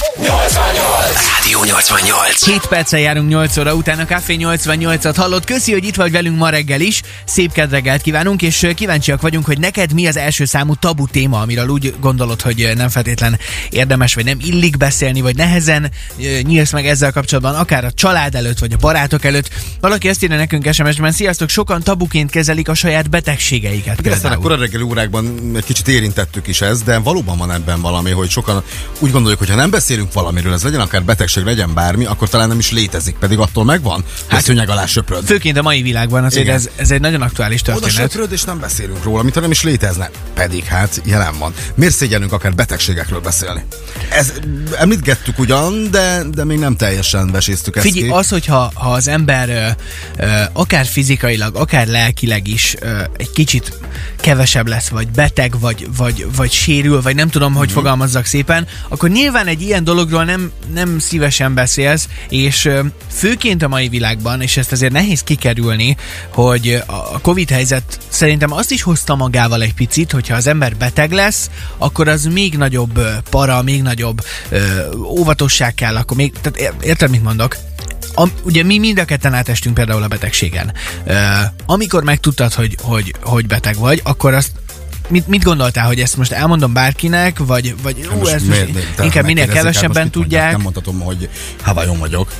Rádió 88. 7 perccel járunk 8 óra után, a Café 88-at hallott. Köszi, hogy itt vagy velünk ma reggel is. Szép kedreggelt kívánunk, és kíváncsiak vagyunk, hogy neked mi az első számú tabu téma, amiről úgy gondolod, hogy nem feltétlen érdemes, vagy nem illik beszélni, vagy nehezen nyílsz meg ezzel kapcsolatban, akár a család előtt, vagy a barátok előtt. Valaki ezt írja nekünk SMS-ben: sziasztok, sokan tabuként kezelik a saját betegségeiket. Aztán a korai reggeli órákban egy kicsit érintettük is ezt, de valóban van ebben valami, hogy sokan úgy gondoljuk, hogy ha nem beszélünk valamiről, ez legyen akár betegség, legyen bármi, akkor talán nem is létezik, pedig attól megvan, hogy szőnyeg alá söpröd. Főként a mai világban azért ez egy nagyon aktuális történet. Oda söpröd, és nem beszélünk róla, mintha nem is létezne. Pedig hát jelen van. Miért szégyenünk akár betegségekről beszélni? Említgettük ugyan, de még nem teljesen veséztük ezt. Figyelj, az, hogyha az ember akár fizikailag, akár lelkileg is egy kicsit kevesebb lesz, vagy beteg, vagy sérül, vagy nem tudom, hogy fogalmazzak szépen, akkor nyilván egy ilyen dologról nem szívesen beszélsz, és főként a mai világban, és ezt azért nehéz kikerülni, hogy a Covid helyzet szerintem azt is hozta magával egy picit, hogyha az ember beteg lesz, akkor az még nagyobb para, még nagyobb óvatosság kell, akkor még, tehát érted, mit mondok? Ugye mi mind a ketten átestünk például a betegségen. Amikor megtudtad, hogy beteg vagy, akkor azt mit gondoltál, hogy ezt most elmondom bárkinek, vagy ez inkább minél kevesebben tudják? Nem mondhatom, hogy Hawaiion vagyok.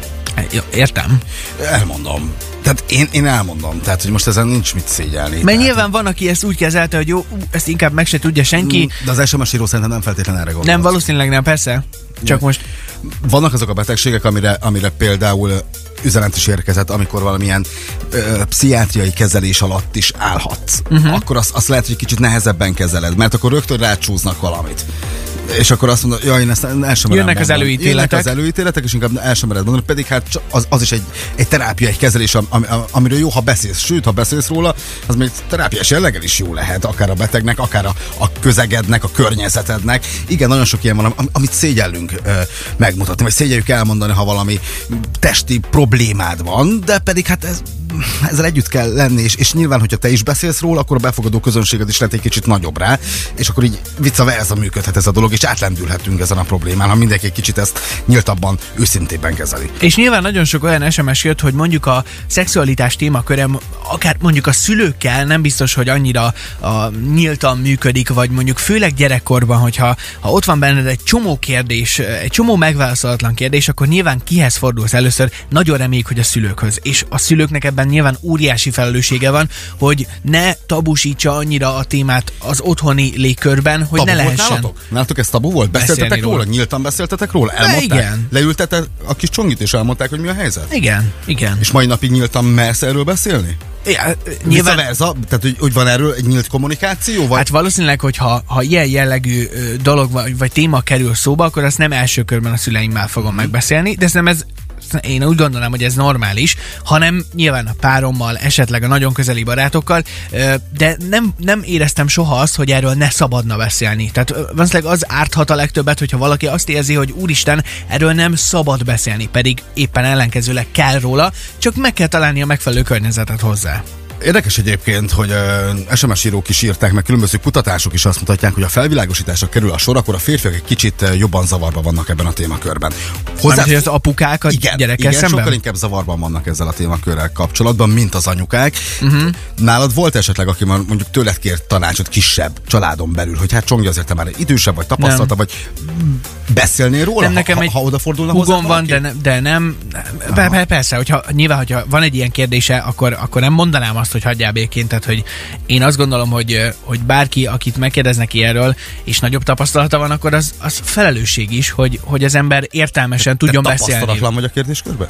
Értem. Elmondom. Tehát én elmondom, tehát hogy most ezen nincs mit szégyelni. Mert nyilván van, aki ezt úgy kezelte, hogy jó, ezt inkább meg se tudja senki. De az SMS író szerintem nem feltétlenül erre gondolt. Nem, valószínűleg nem, persze. Csak most... Vannak azok a betegségek, amire például üzenet is érkezett, amikor valamilyen pszichiátriai kezelés alatt is állhatsz. Akkor azt lehet, hogy kicsit nehezebben kezeled, mert akkor rögtön rácsúznak valamit. És akkor azt mondod, én ezt el sem jönnek az előítéletek. Jönnek az előítéletek, és inkább el sem mered mondani, pedig hát az is egy terápia, egy kezelés, amiről jó, ha beszélsz. Sőt, ha beszélsz róla, az még terápiás jelleggel is jó lehet, akár a betegnek, akár a közegednek, a környezetednek. Igen, nagyon sok ilyen van, amit szégyellünk megmutatni, vagy szégyeljük elmondani, ha valami testi problémád van, de pedig hát ezzel együtt kell lenni, és nyilván, hogyha te is beszélsz róla, akkor a befogadó közönséged is lehet egy kicsit nagyobb rá, és akkor így vice versa működhet ez a dolog, és átlendülhetünk ezen a problémán, ha mindenki egy kicsit ezt nyíltabban, őszintében kezeli. És nyilván nagyon sok olyan SMS jött, hogy mondjuk a szexualitás témaköre, akár mondjuk a szülőkkel nem biztos, hogy annyira nyíltan működik, vagy mondjuk főleg gyerekkorban, hogyha ott van benned egy csomó kérdés, egy csomó megválaszolatlan kérdés, akkor nyilván kihez fordulsz először? Nagyon reméljük, hogy a szülőkhöz. És a szülőknek ebben nyilván óriási felelőssége van, hogy ne tabusítsa annyira a témát az otthoni légkörben, hogy tabu ne lehessen. Nálatok ez tabu volt? Beszéltetek róla? Nyíltan beszéltetek róla? Elmondták? Igen. Leültetek a kis csongit és elmondták, hogy mi a helyzet? Igen. És mai napig nyíltan mersz erről beszélni? Ja, nyilván... Versa, tehát hogy van erről egy nyílt kommunikáció? Vagy? Hát valószínűleg, hogy ha ilyen jellegű dolog vagy téma kerül szóba, akkor azt nem első körben a szüleimmel fogom megbeszélni, de szerintem én úgy gondolom, hogy ez normális, hanem nyilván a párommal, esetleg a nagyon közeli barátokkal, de nem éreztem soha azt, hogy erről ne szabadna beszélni. Tehát valószínűleg az árthat a legtöbbet, hogyha valaki azt érzi, hogy úristen, erről nem szabad beszélni, pedig éppen ellenkezőleg kell róla, csak meg kell találni a megfelelő környezetet hozzá. Érdekes egyébként, hogy SMS írók is írták, meg különböző kutatások is azt mutatják, hogy a felvilágosításra kerül a sor, akkor a férfiak egy kicsit jobban zavarban vannak ebben a témakörben. Hogy az apukák a gyerekkel szemben? Sokkal inkább zavarban vannak ezzel a témakörrel kapcsolatban, mint az anyukák. Nálad volt esetleg, aki mondjuk tőled kért tanácsot kisebb családon belül, hogy hát Csongi, azért te már idősebb vagy, tapasztaltabb vagy, beszélnél róla, ha odafordulna hozzá van, de nem. Persze, hogyha van egy ilyen kérdése, akkor nem mondanám azt, hogy hagyjál békén, tehát hogy én azt gondolom, hogy bárki, akit megkérdeznek ilyenről, és nagyobb tapasztalata van, akkor az felelősség is, hogy az ember értelmesen tudjon beszélni. Tapasztalatlan vagy a kérdéskörben?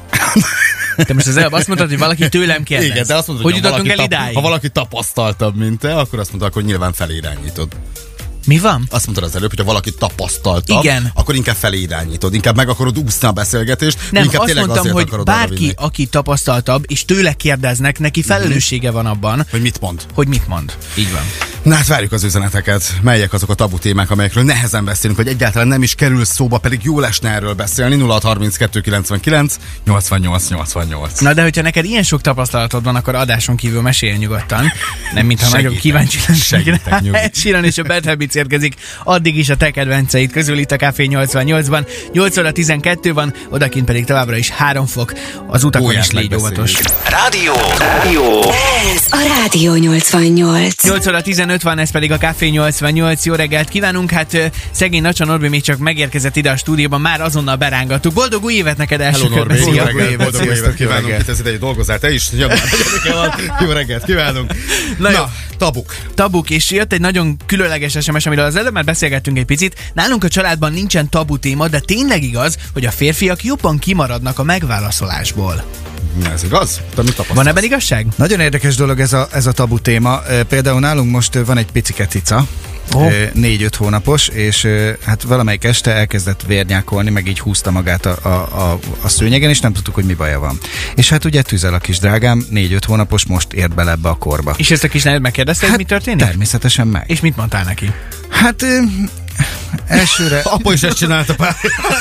Te most az előbb azt mondtad, hogy valaki tőlem kérdez. Igen, de azt mondod, hogy jutottunk el idáig. Ha valaki tapasztaltabb, mint te, akkor azt mondod, hogy nyilván felirányítod. Mi van? Azt mondtad az előbb, hogy ha valaki tapasztaltabb, igen, akkor inkább felé irányítod, inkább meg akarod úszni a beszélgetést. Nem, azt mondtam, hogy bárki, aki tapasztaltabb, és tőle kérdeznek, neki felelőssége van abban. Hogy mit mond. Így van. Na hát várjuk az üzeneteket. Melyek azok a tabu témák, amelyekről nehezen beszélünk, vagy egyáltalán nem is kerül szóba, pedig jó lesne erről beszélni. 0632 99 88 88. Na de hogyha neked ilyen sok tapasztalatod van, akkor adáson kívül mesélj nyugodtan. Nem mintha nagyon kíváncsi lennék. Ed Sheeran és a Bad Habits érkezik. Addig is a te kedvenceid közül itt a Café 88-ban. 8 óra 12 van, odakint pedig továbbra is 3 fok. Az utakon is légy óvatos. Rádió. Ez a Rádió 88. 8 óra 15 van, ez pedig a Café 88. Jó reggelt kívánunk. Hát szegény Nacsa Norbi még csak megérkezett ide a stúdióban, már azonnal berángattuk. Boldog új évet neked első körben. Jó évet kívánunk. Itt ez idejű dolgozál te is. Jó reggelt kívánunk. Na, tabuk, és jött egy nagyon különleges SMS, amiről az előbb már beszélgettünk egy picit. Nálunk a családban nincsen tabu téma, de tényleg igaz, hogy a férfiak jobban kimaradnak a megválaszolásból. Ez igaz? Van ebben igazság? Nagyon érdekes dolog ez a tabu téma. Például nálunk most van egy picike cica, 4-5 hónapos, és hát valamelyik este elkezdett vérnyákolni, meg így húzta magát a szőnyegen, és nem tudtuk, hogy mi baja van. És hát ugye tüzel a kis drágám, 4-5 hónapos, most ért bele ebbe a korba. És ezt a kislányt megkérdezte, hogy mi történik? Természetesen meg. És mit mondtál neki? Hát elsőre... Apa is ezt csinálta pár.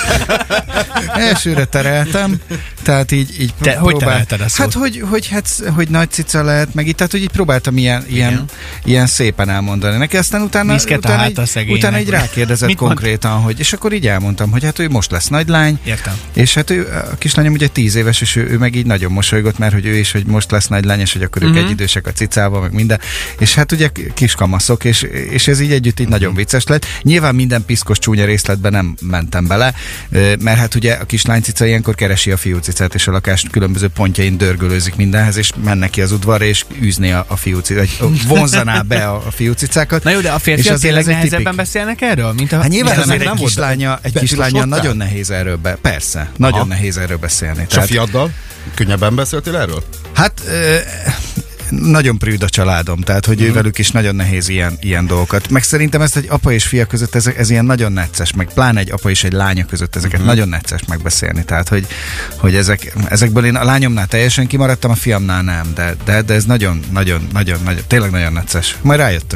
Elsőre tereltem, tehát így te hogy terelted ezt? Hát, hogy nagy cica lehet, meg így, tehát, hogy így próbáltam ilyen szépen elmondani neki, aztán utána így rákérdezett konkrétan, hogy, és akkor így elmondtam, hogy hát ő most lesz nagylány. Értem. És hát a kislányom ugye 10 éves, és ő meg így nagyon mosolygott, mert hogy ő is, hogy most lesz nagylány, és hogy akkor ők egyidősek a cicával, meg minden. És hát ugye kiskamaszok, és ez így együtt így nagyon vicces lett. Nyilván minden piszkos csúnya részletben nem mentem bele, mert hát ugye a kislány cica ilyenkor keresi a fiúcicát, és a lakás különböző pontjain dörgölőzik mindenhez, és mennek ki az udvarra, és űzni a fiúcicát, vonzaná be a fiúcicákat. Na jó, de a férfiak tényleg nehezebben beszélnek erről? Mint hát nyilván azért egy kislánya nagyon nehéz erről persze, nagyon nehéz erről beszélni. És a fiaddal? Könnyebben beszéltél erről? Hát... nagyon prűd a családom, tehát hogy ővelük is nagyon nehéz ilyen dolgokat. Meg szerintem ezt egy apa és fia között ez ilyen nagyon necces, meg pláne egy apa és egy lánya között ezeket nagyon necces megbeszélni. Tehát, hogy ezekből én a lányomnál teljesen kimaradtam, a fiamnál nem, de ez nagyon, tényleg nagyon necces. Majd rájöttök.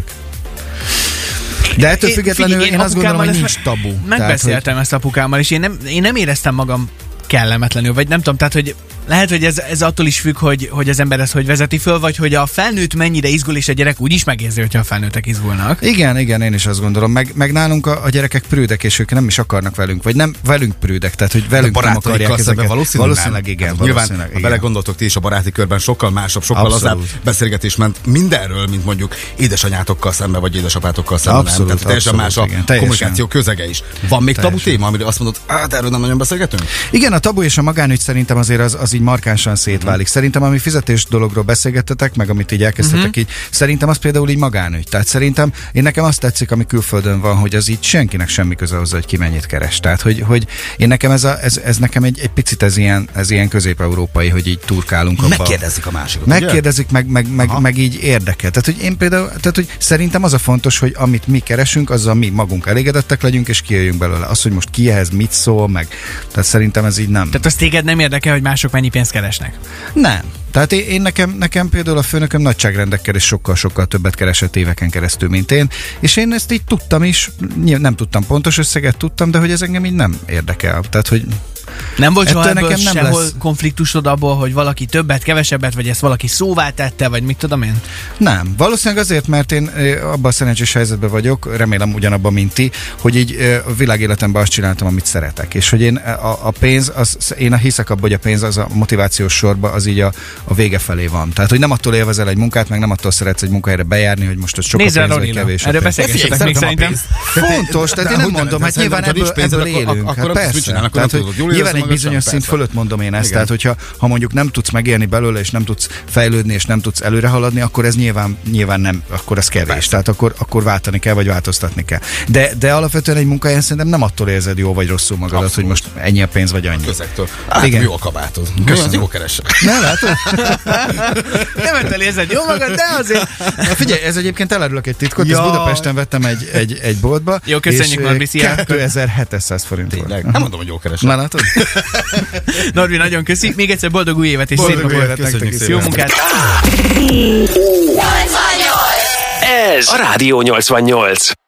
De ettől függetlenül én azt gondolom, hogy nincs tabu. Megbeszéltem ezt apukámmal, és én nem éreztem magam kellemetlenül, vagy nem tudom, tehát, hogy lehet, hogy ez attól is függ, hogy az ember ezt hogy vezeti föl, vagy hogy a felnőtt mennyire izgul, és a gyerek úgy is megérzi, hogyha a felnőttek izgulnak. Igen, én is azt gondolom. Meg nálunk a gyerekek prűdek, és ők nem is akarnak velünk, vagy nem velünk prűdek, tehát hogy velünk nem akarják ezeket. Valószínűleg igen. Hát, nyilván, ha belegondoltok ti is, a baráti körben sokkal másabb, sokkal lazább beszélgetés ment mindenről, mint mondjuk édesanyátokkal szemben, vagy édesapátokkal szemben. Abszolút, tehát teljesen más a kommunikáció közege is. Van még tabu téma, amiről azt mondod, erről nem nagyon beszélgetünk? Igen, a tabu és a magánügy szerintem azért az így markánsan szétválik. Szerintem, ami fizetés dologról beszélgettetek, meg amit így elkezdtetek így, szerintem az például így magánügy. Tehát szerintem nekem azt tetszik, ami külföldön van, hogy az így senkinek semmi köze hozzá, hogy ki mennyit keres. Tehát, hogy én nekem ez nekem egy picit ez ilyen közép-európai, hogy így turkálunk abba. Megkérdezik a másikat. Megkérdezik, meg így érdekel. Tehát, hogy én például, hogy szerintem az a fontos, hogy amit mi keresünk, azzal mi magunk elégedettek legyünk, és kijöjjünk belőle. Az, hogy most ki ehhez mit szól, meg. Tehát szerintem ez így nem. Tehát az téged nem érdekel, hogy mások mennyi pénzt keresnek? Nem. Tehát én nekem például a főnököm nagyságrendekkel és sokkal többet keresett éveken keresztül, mint én, és én ezt így tudtam is, nem tudtam pontos összeget, tudtam, de hogy ez engem így nem érdekel. Tehát, hogy nem volt soha ebből sehol konfliktusod abból, hogy valaki többet, kevesebbet, vagy ezt valaki szóvá tette, vagy mit tudom én? Nem. Valószínűleg azért, mert én abban a szerencsés helyzetben vagyok, remélem ugyanabban, mint ti, hogy így a világéletemben azt csináltam, amit szeretek. És hogy én a pénz, én hiszek abban, hogy a pénz az a motivációs sorba, az így a vége felé van. Tehát, hogy nem attól élvezel egy munkát, meg nem attól szeretsz egy munkahelyre bejárni, hogy most ez sok a pénz, vagy kevés. Erről beszélgessetek még szerintem. Fontos, tehát én nem mondom, hát nyilván ebből élünk. Hát persze. Nyilván egy bizonyos szint fölött mondom én ezt, igen. Tehát hogyha ha mondjuk nem tudsz megélni belőle, és nem tudsz fejlődni, és nem tudsz előre haladni, akkor ez nyilván nem, akkor ez kevés. Persze. Tehát akkor váltani kell, vagy változtatni kell. De alapvetően egy munkahelyen szerintem nem attól érzed jó vagy rosszul magadat, abszolút. Hogy most ennyi a pénz, vagy annyi. Közektől. Igen. Jó a kabátod. Köszönöm, jó keresek. Ne látod? Nem ettől érzed jó magad, de azért. Na figyelj, ez egyébként elárulok egy titkot, ezt Budapesten vettem egy boltba. Jó, köszönjük, Norbi, szia. 2700 forint volt. Tényleg. Nem mondom, hogy jó keresek. Na látod? Norbi, nagyon köszi. Még egyszer boldog új évet és szép napot nektek is. Jó munkát! Ez a Rádió 88.